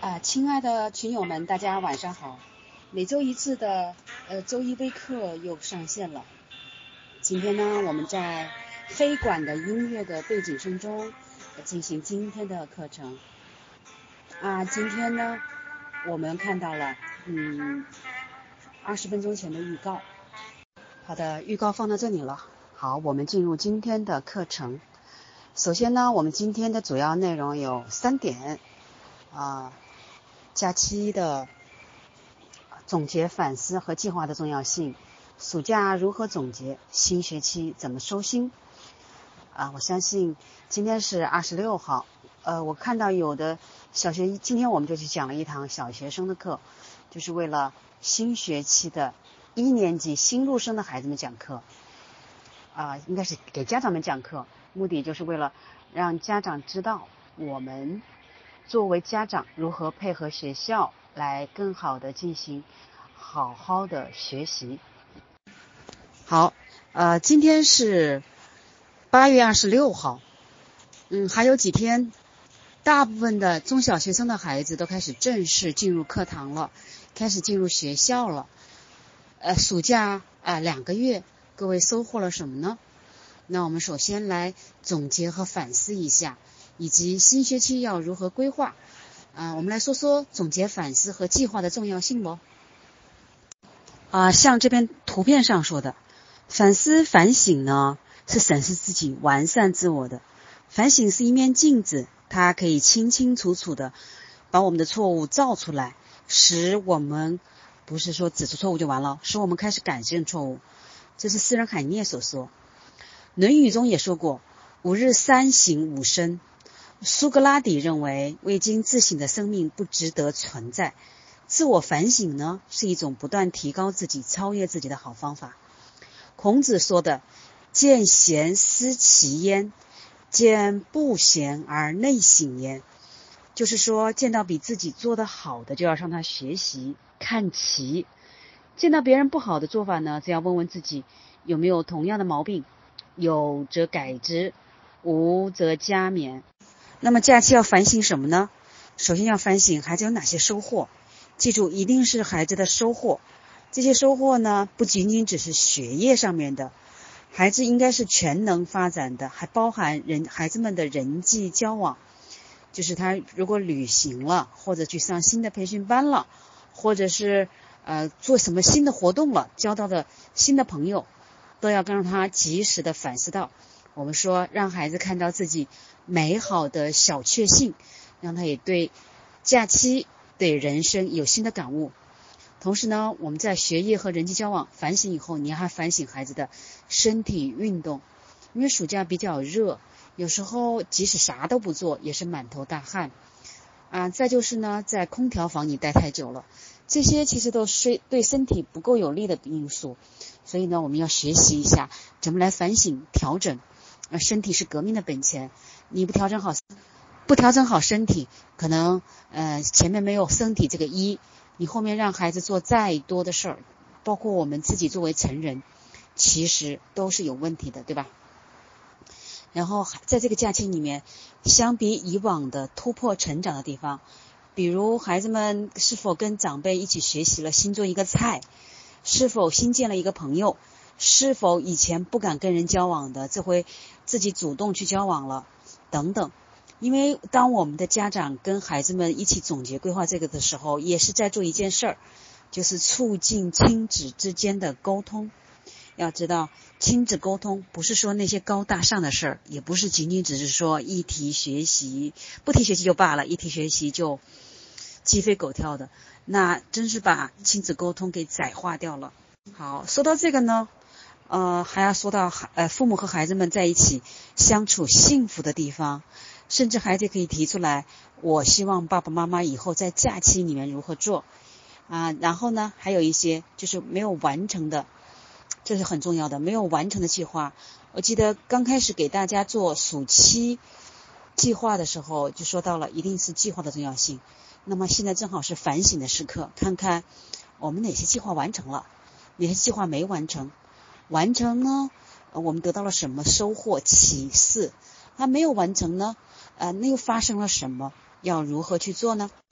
亲爱的群友们，大家晚上好。每周一次的周一微课又上线了。今天呢，我们在黑管的音乐的背景声中进行今天的课程。今天呢，我们看到了20分钟前的预告。好的，预告放到这里了。好，我们进入今天的课程。首先呢，我们今天的主要内容有3点。假期的总结反思和计划的重要性，暑假如何总结，新学期怎么收心。我相信今天是26号，我看到有的小学，今天我们就去讲了一堂小学生的课，就是为了新学期的1年级新入生的孩子们讲课，应该是给家长们讲课，目的就是为了让家长知道我们作为家长如何配合学校来更好的进行好好的学习。好，今天是8月26号，还有几天，大部分的中小学生的孩子都开始正式进入课堂了，开始进入学校了。暑假2个月，各位收获了什么呢？那我们首先来总结和反思一下，以及新学期要如何规划。我们来说说总结反思和计划的重要性咯。像这边图片上说的，反思反省呢是审视自己、完善自我的。反省是一面镜子，它可以清清楚楚的把我们的错误照出来，使我们不是说指出错误就完了，使我们开始改正错误。这是诗人海涅所说。论语中也说过，5日3省吾身。苏格拉底认为，未经自省的生命不值得存在。自我反省呢，是一种不断提高自己、超越自己的好方法。孔子说的见贤思齐焉，见不贤而内省焉，就是说见到比自己做得好的就要向他学习看齐，见到别人不好的做法呢，只要问问自己有没有同样的毛病，有则改之，无则加勉。那么假期要反省什么呢？首先要反省孩子有哪些收获，记住一定是孩子的收获。这些收获呢，不仅仅只是学业上面的，孩子应该是全能发展的，还包含孩子们的人际交往，就是他如果旅行了，或者去上新的培训班了，或者是做什么新的活动了，交到的新的朋友，都要让他及时的反思到。我们说让孩子看到自己美好的小确幸，让他也对假期对人生有新的感悟。同时呢，我们在学业和人际交往反省以后，你还反省孩子的身体运动，因为暑假比较热，有时候即使啥都不做也是满头大汗再就是呢，在空调房里待太久了，这些其实都是对身体不够有利的因素。所以呢，我们要学习一下怎么来反省调整。身体是革命的本钱，你不调整好身体，可能前面没有身体这个一，你后面让孩子做再多的事儿，包括我们自己作为成人，其实都是有问题的，对吧？然后在这个假期里面，相比以往的突破成长的地方，比如孩子们是否跟长辈一起学习了新做一个菜，是否新建了一个朋友，是否以前不敢跟人交往的，这回自己主动去交往了等等。因为当我们的家长跟孩子们一起总结规划这个的时候，也是在做一件事儿，就是促进亲子之间的沟通。要知道亲子沟通不是说那些高大上的事儿，也不是仅仅只是说一提学习不提学习就罢了，一提学习就鸡飞狗跳的，那真是把亲子沟通给窄化掉了。好，说到这个呢，还要说到父母和孩子们在一起相处幸福的地方，甚至孩子可以提出来，我希望爸爸妈妈以后在假期里面如何做然后呢，还有一些就是没有完成的，这是很重要的，没有完成的计划。我记得刚开始给大家做暑期计划的时候，就说到了一定是计划的重要性。那么现在正好是反省的时刻，看看我们哪些计划完成了，哪些计划没完成。完成呢，我们得到了什么收获启示？没有完成呢，那又发生了什么？要如何去做呢？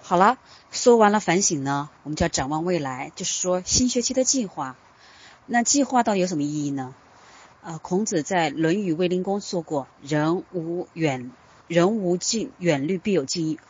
好了，说完了反省呢，我们就要展望未来，就是说新学期的计划。那计划到底有什么意义呢？孔子在《论语卫灵公》说过，人无远虑，必有近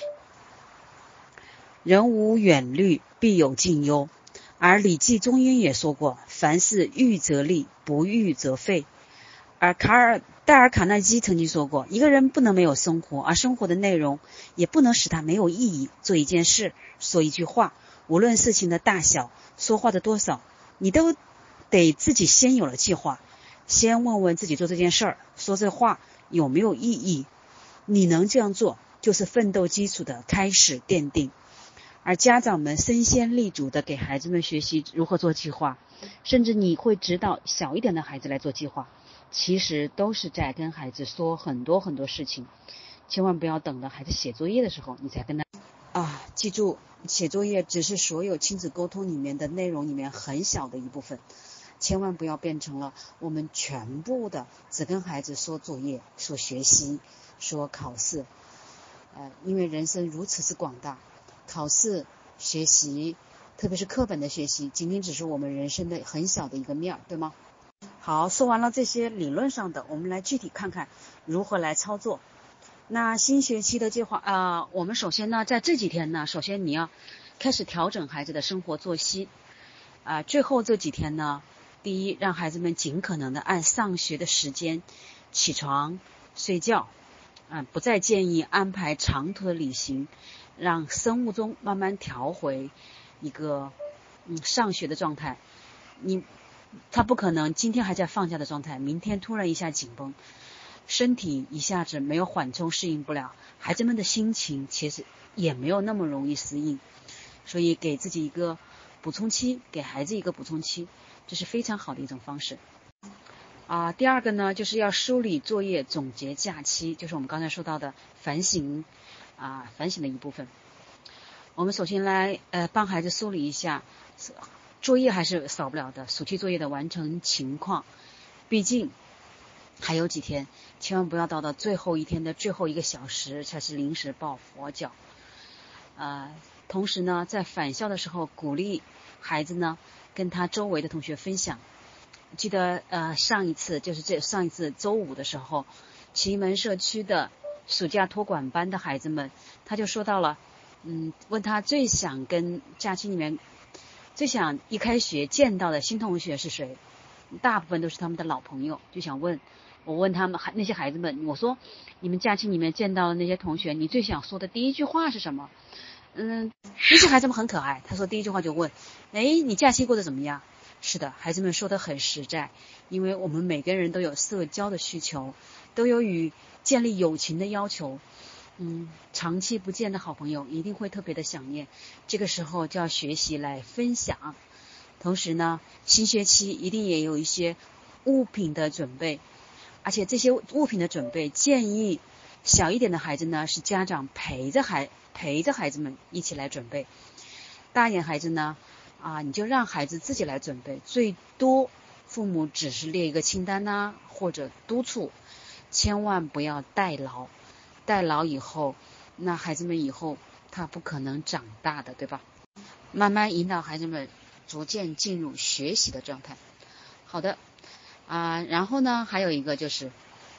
忧。而《礼记·中庸》也说过，凡事预则立，不预则废。而戴尔·卡耐基曾经说过，一个人不能没有生活，而生活的内容也不能使他没有意义。做一件事，说一句话，无论事情的大小，说话的多少，你都得自己先有了计划，先问问自己做这件事儿，说这话有没有意义。你能这样做，就是奋斗基础的开始奠定。而家长们身先士卒的给孩子们学习如何做计划，甚至你会指导小一点的孩子来做计划，其实都是在跟孩子说很多很多事情。千万不要等到孩子写作业的时候你才跟他记住，写作业只是所有亲子沟通里面的内容里面很小的一部分，千万不要变成了我们全部的只跟孩子说作业、说学习、说考试。因为人生如此之广大，考试、学习，特别是课本的学习，仅仅只是我们人生的很小的一个面，对吗？好，说完了这些理论上的，我们来具体看看如何来操作。那新学期的计划我们首先呢，在这几天呢，首先你要开始调整孩子的生活作息。最后这几天呢，第一，让孩子们尽可能的按上学的时间起床睡觉。不再建议安排长途的旅行，让生物钟慢慢调回一个上学的状态。他不可能今天还在放假的状态，明天突然一下紧绷，身体一下子没有缓冲，适应不了，孩子们的心情其实也没有那么容易适应。所以给自己一个补充期，给孩子一个补充期，这是非常好的一种方式。第二个呢，就是要梳理作业，总结假期，就是我们刚才说到的反省的一部分。我们首先来帮孩子梳理一下，作业还是少不了的，暑期作业的完成情况。毕竟还有几天，千万不要到最后一天的最后1个小时才是临时抱佛脚。同时呢，在返校的时候，鼓励孩子呢跟他周围的同学分享。记得上一次周五的时候，奇门社区的暑假托管班的孩子们，他就说到了，问他最想跟假期里面最想一开学见到的新同学是谁，大部分都是他们的老朋友。就想我问他们那些孩子们，我说你们假期里面见到的那些同学，你最想说的第一句话是什么？那些孩子们很可爱，他说第一句话就问，你假期过得怎么样？是的，孩子们说得很实在，因为我们每个人都有社交的需求，都有与建立友情的要求。长期不见的好朋友一定会特别的想念，这个时候就要学习来分享。同时呢，新学期一定也有一些物品的准备，而且这些物品的准备建议小一点的孩子呢，是家长陪着孩子们一起来准备。大一点孩子呢你就让孩子自己来准备，最多父母只是列一个清单或者督促，千万不要代劳以后，那孩子们以后他不可能长大的，对吧？慢慢引导孩子们逐渐进入学习的状态。好的然后呢，还有一个就是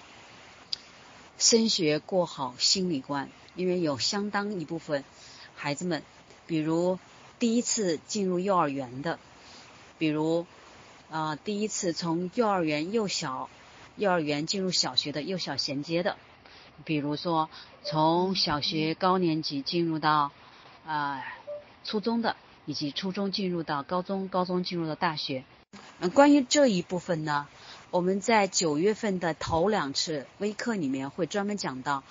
升学过好心理关，因为有相当一部分孩子们，比如第一次进入幼儿园的，比如第一次从幼儿园进入小学的幼小衔接的，比如说从小学高年级进入到初中的，以及初中进入到高中，高中进入到大学。关于这一部分呢，我们在9月份的头2次微课里面会专门讲到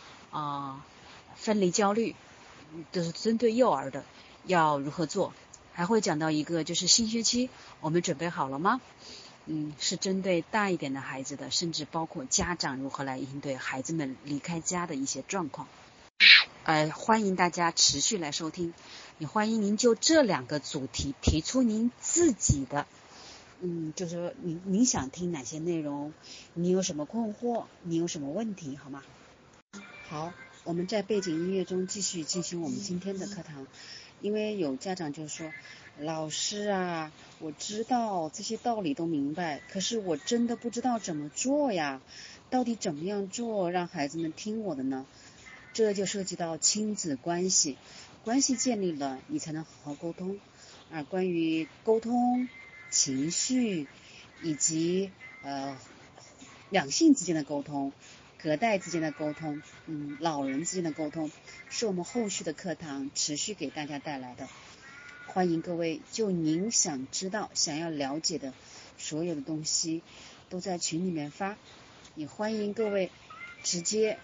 分离焦虑，就是针对幼儿的要如何做，还会讲到一个就是新学期我们准备好了吗？是针对大一点的孩子的，甚至包括家长如何来应对孩子们离开家的一些状况。欢迎大家持续来收听，也欢迎您就这2个主题提出您自己的就是说您想听哪些内容，你有什么困惑，你有什么问题，好吗？好， 我们在背景音乐中继续进行我们今天的课堂。因为有家长就说，老师啊，我知道这些道理都明白，可是我真的不知道怎么做呀，到底怎么样做让孩子们听我的呢？这就涉及到亲子关系，关系建立了，你才能好好沟通。关于沟通、情绪以及两性之间的沟通、隔代之间的沟通、老人之间的沟通，是我们后续的课堂持续给大家带来的。欢迎各位就您想知道、想要了解的所有的东西都在群里面发，也欢迎各位直接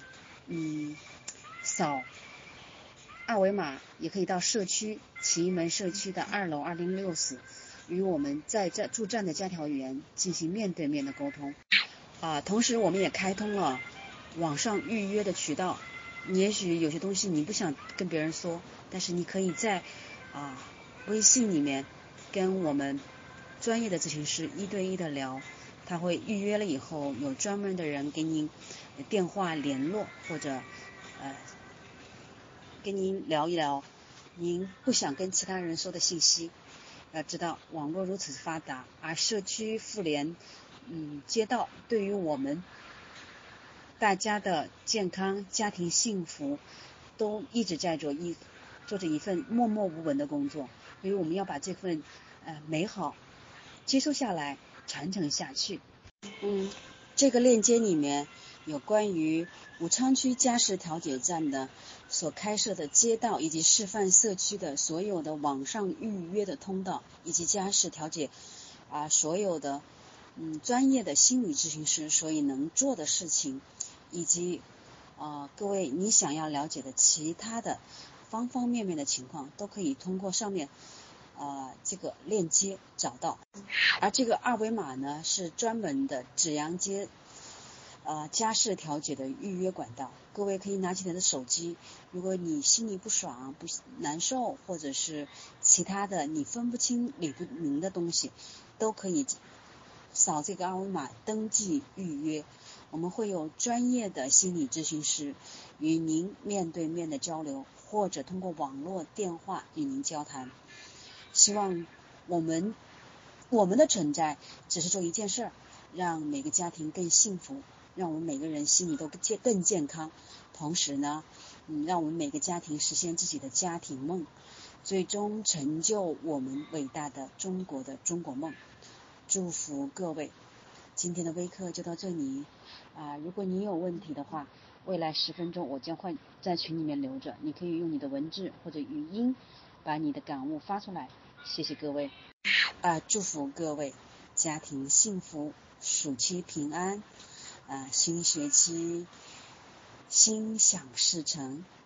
扫二维码，也可以到社区奇门社区的2楼206室，与我们在这驻站的家调员进行面对面的沟通。同时我们也开通了网上预约的渠道。也许有些东西你不想跟别人说，但是你可以在微信里面跟我们专业的咨询师1对1的聊，他会预约了以后有专门的人给您电话联络，或者跟您聊一聊您不想跟其他人说的信息。要知道网络如此发达，而社区妇联街道对于我们大家的健康、家庭幸福都一直在做着一份默默无闻的工作，所以我们要把这份美好接收下来，传承下去。这个链接里面有关于武昌区家事调解站的所开设的街道以及示范社区的所有的网上预约的通道，以及家事调解所有的专业的心理咨询师所以能做的事情，以及各位你想要了解的其他的方方面面的情况，都可以通过上面这个链接找到。而这个二维码呢，是专门的紫阳街家事调解的预约管道。各位可以拿起你的手机，如果你心里不爽、不难受，或者是其他的你分不清理不明的东西，都可以扫这个二维码登记预约。我们会有专业的心理咨询师与您面对面的交流，或者通过网络电话与您交谈。希望我们的存在只是做一件事，让每个家庭更幸福，让我们每个人心里都更健康，同时呢让我们每个家庭实现自己的家庭梦，最终成就我们伟大的中国梦。祝福各位，今天的微课就到这里如果你有问题的话，未来10分钟我将会在群里面留着，你可以用你的文字或者语音把你的感悟发出来。谢谢各位祝福各位家庭幸福，暑期平安新学期心想事成。